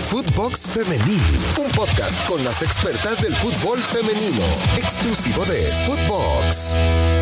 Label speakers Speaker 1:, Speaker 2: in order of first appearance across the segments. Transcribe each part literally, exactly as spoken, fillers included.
Speaker 1: Footbox Femenil, un podcast con las expertas del fútbol femenino, exclusivo de Footbox.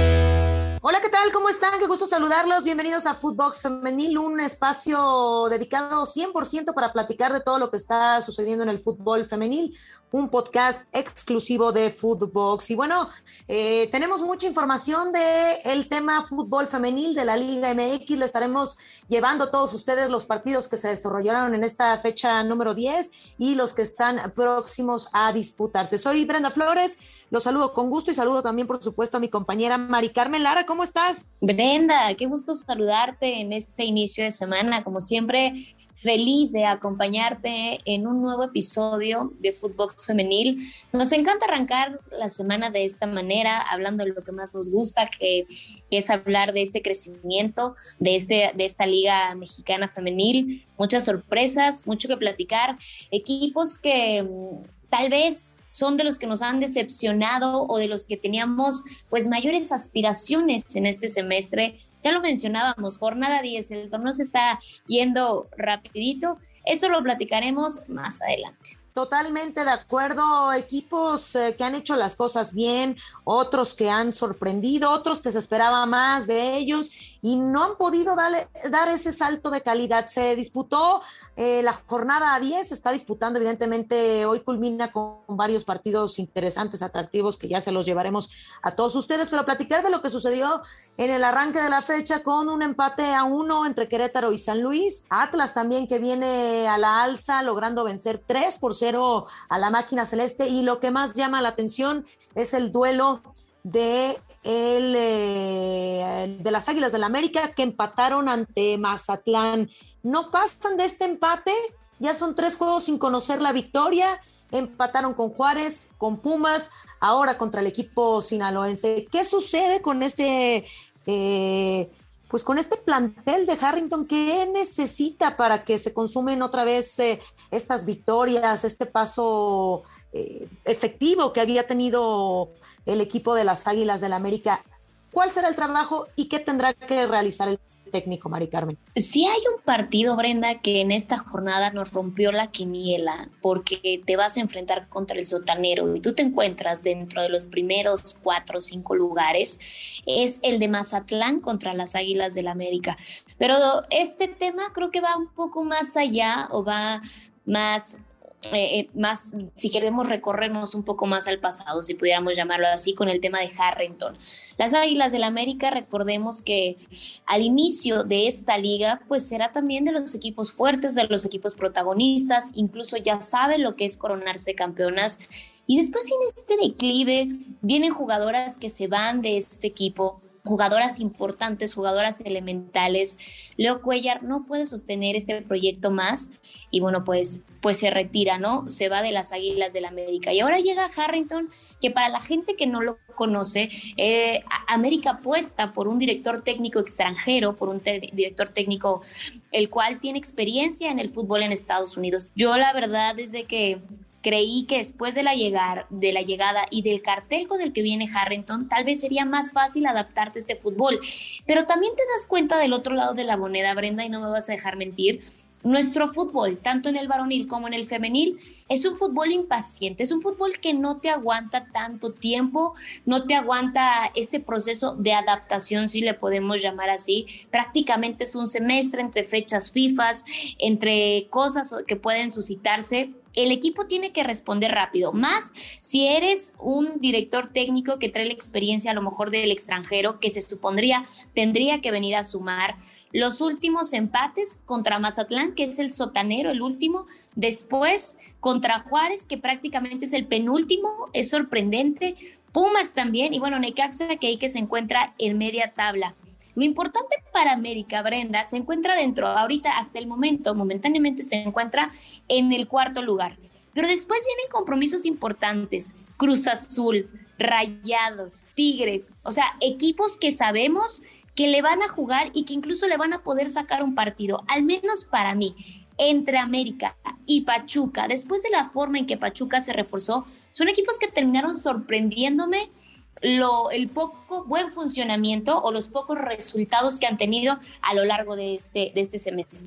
Speaker 2: Hola, ¿qué tal? ¿Cómo están? Qué gusto saludarlos. Bienvenidos a Footbox Femenil, un espacio dedicado cien por ciento para platicar de todo lo que está sucediendo en el fútbol femenil, un podcast exclusivo de Footbox. Y bueno, eh, tenemos mucha información del tema fútbol femenil de la Liga M X. Le estaremos llevando a todos ustedes los partidos que se desarrollaron en esta fecha número diez y los que están próximos a disputarse. Soy Brenda Flores, los saludo con gusto y saludo también, por supuesto, a mi compañera Mari Carmen Lara. ¿Cómo estás?
Speaker 3: Brenda, qué gusto saludarte en este inicio de semana. Como siempre, feliz de acompañarte en un nuevo episodio de Footbox Femenil. Nos encanta arrancar la semana de esta manera, hablando de lo que más nos gusta, que, que es hablar de este crecimiento, de, este, de esta Liga Mexicana Femenil. Muchas sorpresas, mucho que platicar. Equipos que tal vez son de los que nos han decepcionado o de los que teníamos pues mayores aspiraciones en este semestre. Ya lo mencionábamos, jornada diez, el torneo se está yendo rapidito. Eso lo platicaremos más adelante.
Speaker 2: Totalmente de acuerdo, equipos eh, que han hecho las cosas bien, otros que han sorprendido, otros que se esperaba más de ellos y no han podido darle, dar ese salto de calidad. Se disputó eh, la jornada diez, se está disputando evidentemente, hoy culmina con varios partidos interesantes, atractivos, que ya se los llevaremos a todos ustedes, pero platicar de lo que sucedió en el arranque de la fecha con un empate a uno entre Querétaro y San Luis, Atlas también que viene a la alza logrando vencer tres por cero a la máquina celeste, y lo que más llama la atención es el duelo de, el, eh, de las Águilas del la América, que empataron ante Mazatlán. No pasan de este empate, ya son tres juegos sin conocer la victoria. Empataron con Juárez, con Pumas, ahora contra el equipo sinaloense. ¿Qué sucede con este eh, pues con este plantel de Harrington? ¿Qué necesita para que se consumen otra vez eh, estas victorias, este paso eh, efectivo que había tenido el equipo de las Águilas del la América? ¿Cuál será el trabajo y qué tendrá que realizar el técnico, Mari Carmen?
Speaker 3: Sí hay un partido, Brenda, que en esta jornada nos rompió la quiniela, porque te vas a enfrentar contra el sotanero y tú te encuentras dentro de los primeros cuatro o cinco lugares. Es el de Mazatlán contra las Águilas del la América. Pero este tema creo que va un poco más allá, o va más... Eh, más, si queremos recorrernos un poco más al pasado, si pudiéramos llamarlo así, con el tema de Harrington. Las Águilas del la América, recordemos que al inicio de esta liga, pues será también de los equipos fuertes, de los equipos protagonistas, incluso ya saben lo que es coronarse campeonas, y después viene este declive, vienen jugadoras que se van de este equipo, jugadoras importantes, jugadoras elementales. Leo Cuellar no puede sostener este proyecto más y bueno, pues, pues se retira, ¿no? Se va de las Águilas del la América. Y ahora llega Harrington, que para la gente que no lo conoce, eh, América apuesta por un director técnico extranjero, por un te- director técnico el cual tiene experiencia en el fútbol en Estados Unidos. Yo la verdad desde que creí que después de la, llegar, de la llegada y del cartel con el que viene Harrington, tal vez sería más fácil adaptarte a este fútbol. Pero también te das cuenta del otro lado de la moneda, Brenda, y no me vas a dejar mentir. Nuestro fútbol, tanto en el varonil como en el femenil, es un fútbol impaciente, es un fútbol que no te aguanta tanto tiempo, no te aguanta este proceso de adaptación, si le podemos llamar así. Prácticamente es un semestre entre fechas FIFA, entre cosas que pueden suscitarse. El equipo tiene que responder rápido, más si eres un director técnico que trae la experiencia a lo mejor del extranjero, que se supondría tendría que venir a sumar. Los últimos empates contra Mazatlán, que es el sotanero, el último, después contra Juárez, que prácticamente es el penúltimo, es sorprendente, Pumas también, y bueno, Necaxa, que ahí que se encuentra en media tabla. Lo importante para América, Brenda, se encuentra dentro, ahorita hasta el momento, momentáneamente se encuentra en el cuarto lugar. Pero después vienen compromisos importantes, Cruz Azul, Rayados, Tigres, o sea, equipos que sabemos que le van a jugar y que incluso le van a poder sacar un partido, al menos para mí. Entre América y Pachuca, después de la forma en que Pachuca se reforzó, son equipos que terminaron sorprendiéndome lo, el poco buen funcionamiento o los pocos resultados que han tenido a lo largo de este, de este semestre.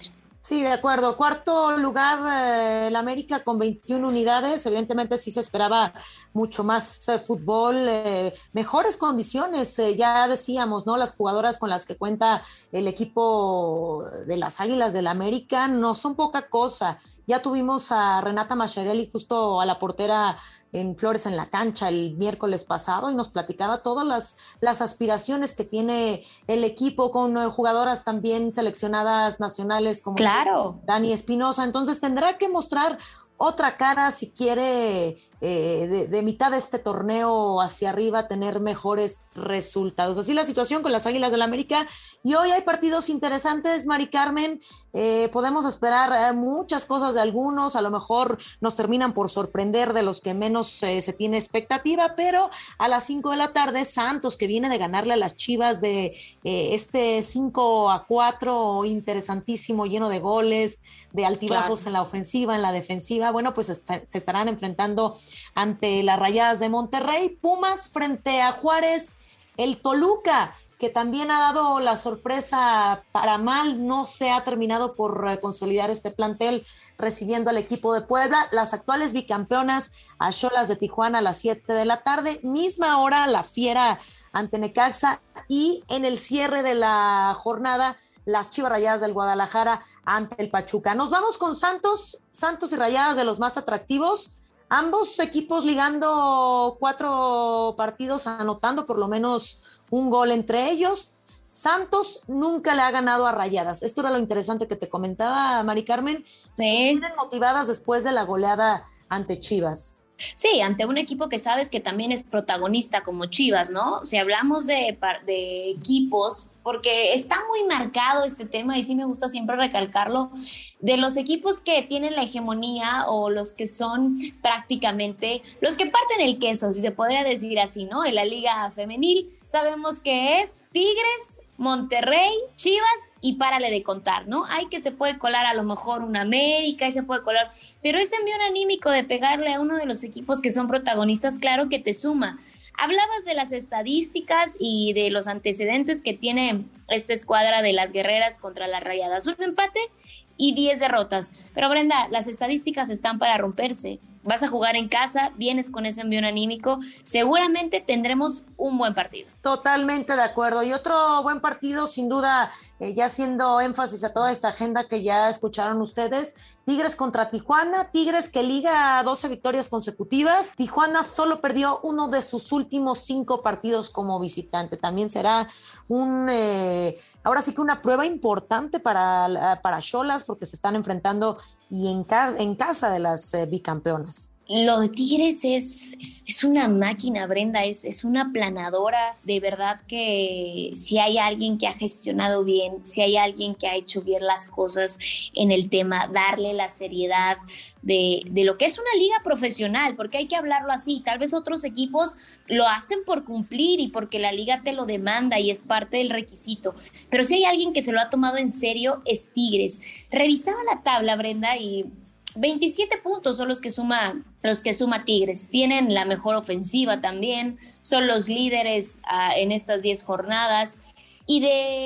Speaker 2: Sí, de acuerdo. Cuarto lugar, eh, el América con veintiuna unidades. Evidentemente sí se esperaba mucho más eh, fútbol, eh, mejores condiciones. Eh, ya decíamos, ¿no? Las jugadoras con las que cuenta el equipo de las Águilas del América no son poca cosa. Ya tuvimos a Renata Macharelli justo a la portera en Flores en la Cancha el miércoles pasado y nos platicaba todas las, las aspiraciones que tiene el equipo con eh, jugadoras también seleccionadas nacionales como
Speaker 3: claro.
Speaker 2: Dani Espinosa. Entonces tendrá que mostrar otra cara si quiere eh, de, de mitad de este torneo hacia arriba tener mejores resultados. Así la situación con las Águilas del América, y hoy hay partidos interesantes, Mari Carmen. Eh, podemos esperar eh, muchas cosas de algunos, a lo mejor nos terminan por sorprender de los que menos eh, se tiene expectativa, pero a las cinco de la tarde Santos, que viene de ganarle a las Chivas de eh, este cinco a cuatro interesantísimo, lleno de goles, de altibajos claro. en la ofensiva, en la defensiva. Bueno, pues está, se estarán enfrentando ante las Rayadas de Monterrey. Pumas frente a Juárez. El Toluca, que también ha dado la sorpresa para mal, no se ha terminado por consolidar este plantel, recibiendo al equipo de Puebla. Las actuales bicampeonas, a Xolas de Tijuana a las siete de la tarde, misma hora la Fiera ante Necaxa, y en el cierre de la jornada las Chivas Rayadas del Guadalajara ante el Pachuca. Nos vamos con Santos, Santos y Rayadas, de los más atractivos. Ambos equipos ligando cuatro partidos, anotando por lo menos un gol entre ellos. Santos nunca le ha ganado a Rayadas. Esto era lo interesante que te comentaba, Mari Carmen.
Speaker 3: Sí.
Speaker 2: Vienen motivadas después de la goleada ante Chivas.
Speaker 3: Sí, ante un equipo que sabes que también es protagonista como Chivas, ¿no? Si hablamos de, de equipos, porque está muy marcado este tema y sí me gusta siempre recalcarlo, de los equipos que tienen la hegemonía o los que son prácticamente los que parten el queso, si se podría decir así, ¿no? En la Liga Femenil sabemos que es Tigres, Monterrey, Chivas y párale de contar, ¿no? Hay que se puede colar a lo mejor una América y se puede colar, pero ese envío anímico de pegarle a uno de los equipos que son protagonistas, claro que te suma. Hablabas de las estadísticas y de los antecedentes que tiene esta escuadra de las guerreras contra las Rayadas. Un empate y diez derrotas. Pero Brenda, las estadísticas están para romperse. Vas a jugar en casa, vienes con ese envío anímico, seguramente tendremos un buen partido.
Speaker 2: Totalmente de acuerdo. Y otro buen partido, sin duda, eh, ya haciendo énfasis a toda esta agenda que ya escucharon ustedes, Tigres contra Tijuana. Tigres que liga doce victorias consecutivas. Tijuana solo perdió uno de sus últimos cinco partidos como visitante. También será un, eh, ahora sí que una prueba importante para, para Xolas, porque se están enfrentando y en, ca- en casa de las eh, bicampeonas.
Speaker 3: Lo de Tigres es, es, es una máquina, Brenda, es, es una planadora. De verdad que si hay alguien que ha gestionado bien, si hay alguien que ha hecho bien las cosas en el tema, darle la seriedad de, de lo que es una liga profesional, porque hay que hablarlo así. Tal vez otros equipos lo hacen por cumplir y porque la liga te lo demanda y es parte del requisito. Pero si hay alguien que se lo ha tomado en serio, es Tigres. Revisaba la tabla, Brenda, y veintisiete puntos son los que suma los que suma Tigres. Tienen la mejor ofensiva también, son los líderes uh, en estas diez jornadas. Y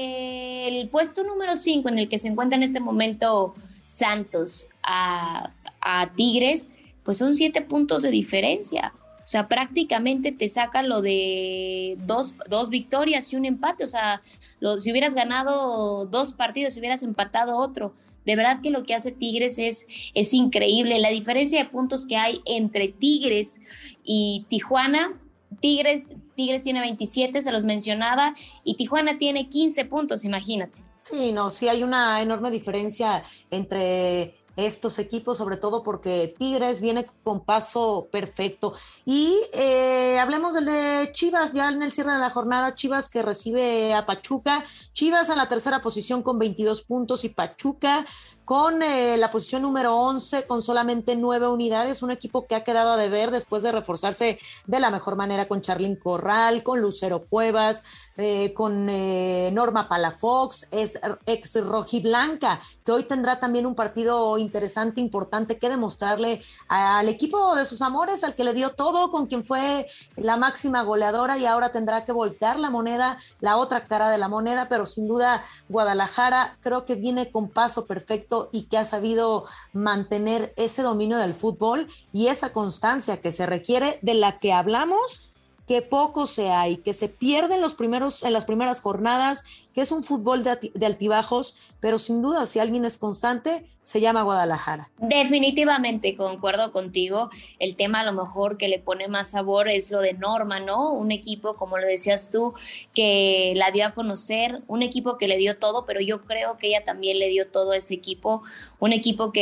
Speaker 3: del puesto número cinco en el que se encuentra en este momento Santos a, a Tigres, pues son siete puntos de diferencia. O sea, prácticamente te saca lo de dos, dos victorias y un empate. O sea, lo, si hubieras ganado dos partidos, si hubieras empatado otro. De verdad que lo que hace Tigres es, es increíble. La diferencia de puntos que hay entre Tigres y Tijuana, Tigres, Tigres tiene veintisiete, se los mencionaba, y Tijuana tiene quince puntos, imagínate.
Speaker 2: Sí, no, sí hay una enorme diferencia entre estos equipos, sobre todo porque Tigres viene con paso perfecto. Y eh, hablemos del de Chivas, ya en el cierre de la jornada, Chivas que recibe a Pachuca, Chivas en la tercera posición con veintidós puntos y Pachuca con eh, la posición número once con solamente nueve unidades, un equipo que ha quedado a deber después de reforzarse de la mejor manera con Charlín Corral, con Lucero Cuevas, eh, con eh, Norma Palafox, es ex rojiblanca, que hoy tendrá también un partido interesante, importante que demostrarle al equipo de sus amores, al que le dio todo, con quien fue la máxima goleadora, y ahora tendrá que voltear la moneda, la otra cara de la moneda, pero sin duda Guadalajara creo que viene con paso perfecto mérito y que ha sabido mantener ese dominio del fútbol y esa constancia que se requiere, de la que hablamos, que poco se hay, que se pierden los primeros, en las primeras jornadas, que es un fútbol de, de altibajos, pero sin duda si alguien es constante, se llama Guadalajara.
Speaker 3: Definitivamente concuerdo contigo. El tema a lo mejor que le pone más sabor es lo de Norma, ¿no? Un equipo, como lo decías tú, que la dio a conocer, un equipo que le dio todo, pero yo creo que ella también le dio todo a ese equipo, un equipo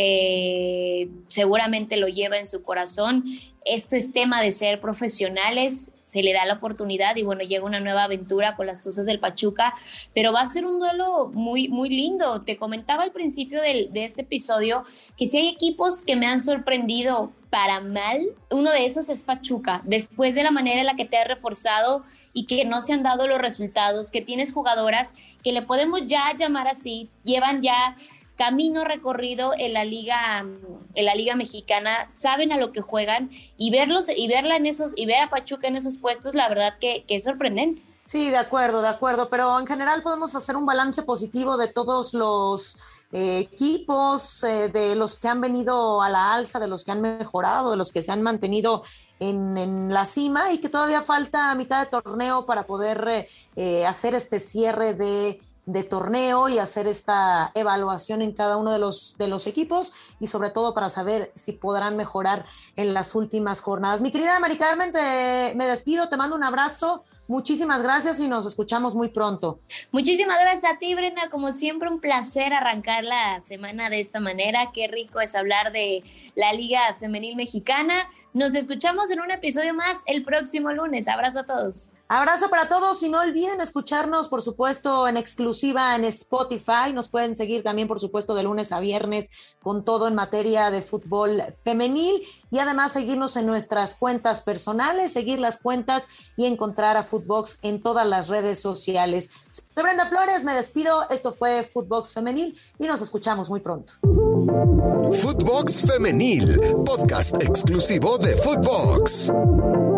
Speaker 3: que seguramente lo lleva en su corazón. Esto es tema de ser profesionales, se le da la oportunidad y bueno, llega una nueva aventura con las Tuzas del Pachuca, pero va a ser un duelo muy, muy lindo. Te comentaba al principio del, de este episodio que si hay equipos que me han sorprendido para mal, uno de esos es Pachuca, después de la manera en la que te has reforzado y que no se han dado los resultados, que tienes jugadoras que le podemos ya llamar así, llevan ya camino recorrido en la liga en la liga mexicana, saben a lo que juegan y verlos y verla en esos y ver a Pachuca en esos puestos, la verdad que, que es sorprendente.
Speaker 2: Sí, de acuerdo, de acuerdo, pero en general podemos hacer un balance positivo de todos los eh, equipos, eh, de los que han venido a la alza, de los que han mejorado, de los que se han mantenido en, en la cima y que todavía falta mitad de torneo para poder eh, hacer este cierre de de torneo y hacer esta evaluación en cada uno de los, de los equipos y sobre todo para saber si podrán mejorar en las últimas jornadas. Mi querida Mari Carmen, te, me despido, te mando un abrazo, muchísimas gracias y nos escuchamos muy pronto.
Speaker 3: Muchísimas gracias a ti, Brenda, como siempre un placer arrancar la semana de esta manera, qué rico es hablar de la Liga Femenil Mexicana. Nos escuchamos en un episodio más el próximo lunes, abrazo a todos.
Speaker 2: Abrazo para todos y no olviden escucharnos, por supuesto, en exclusiva en Spotify. Nos pueden seguir también, por supuesto, de lunes a viernes con todo en materia de fútbol femenil y además seguirnos en nuestras cuentas personales, seguir las cuentas y encontrar a Footbox en todas las redes sociales. Soy Brenda Flores, me despido. Esto fue Footbox Femenil y nos escuchamos muy pronto.
Speaker 1: Footbox Femenil, podcast exclusivo de Footbox.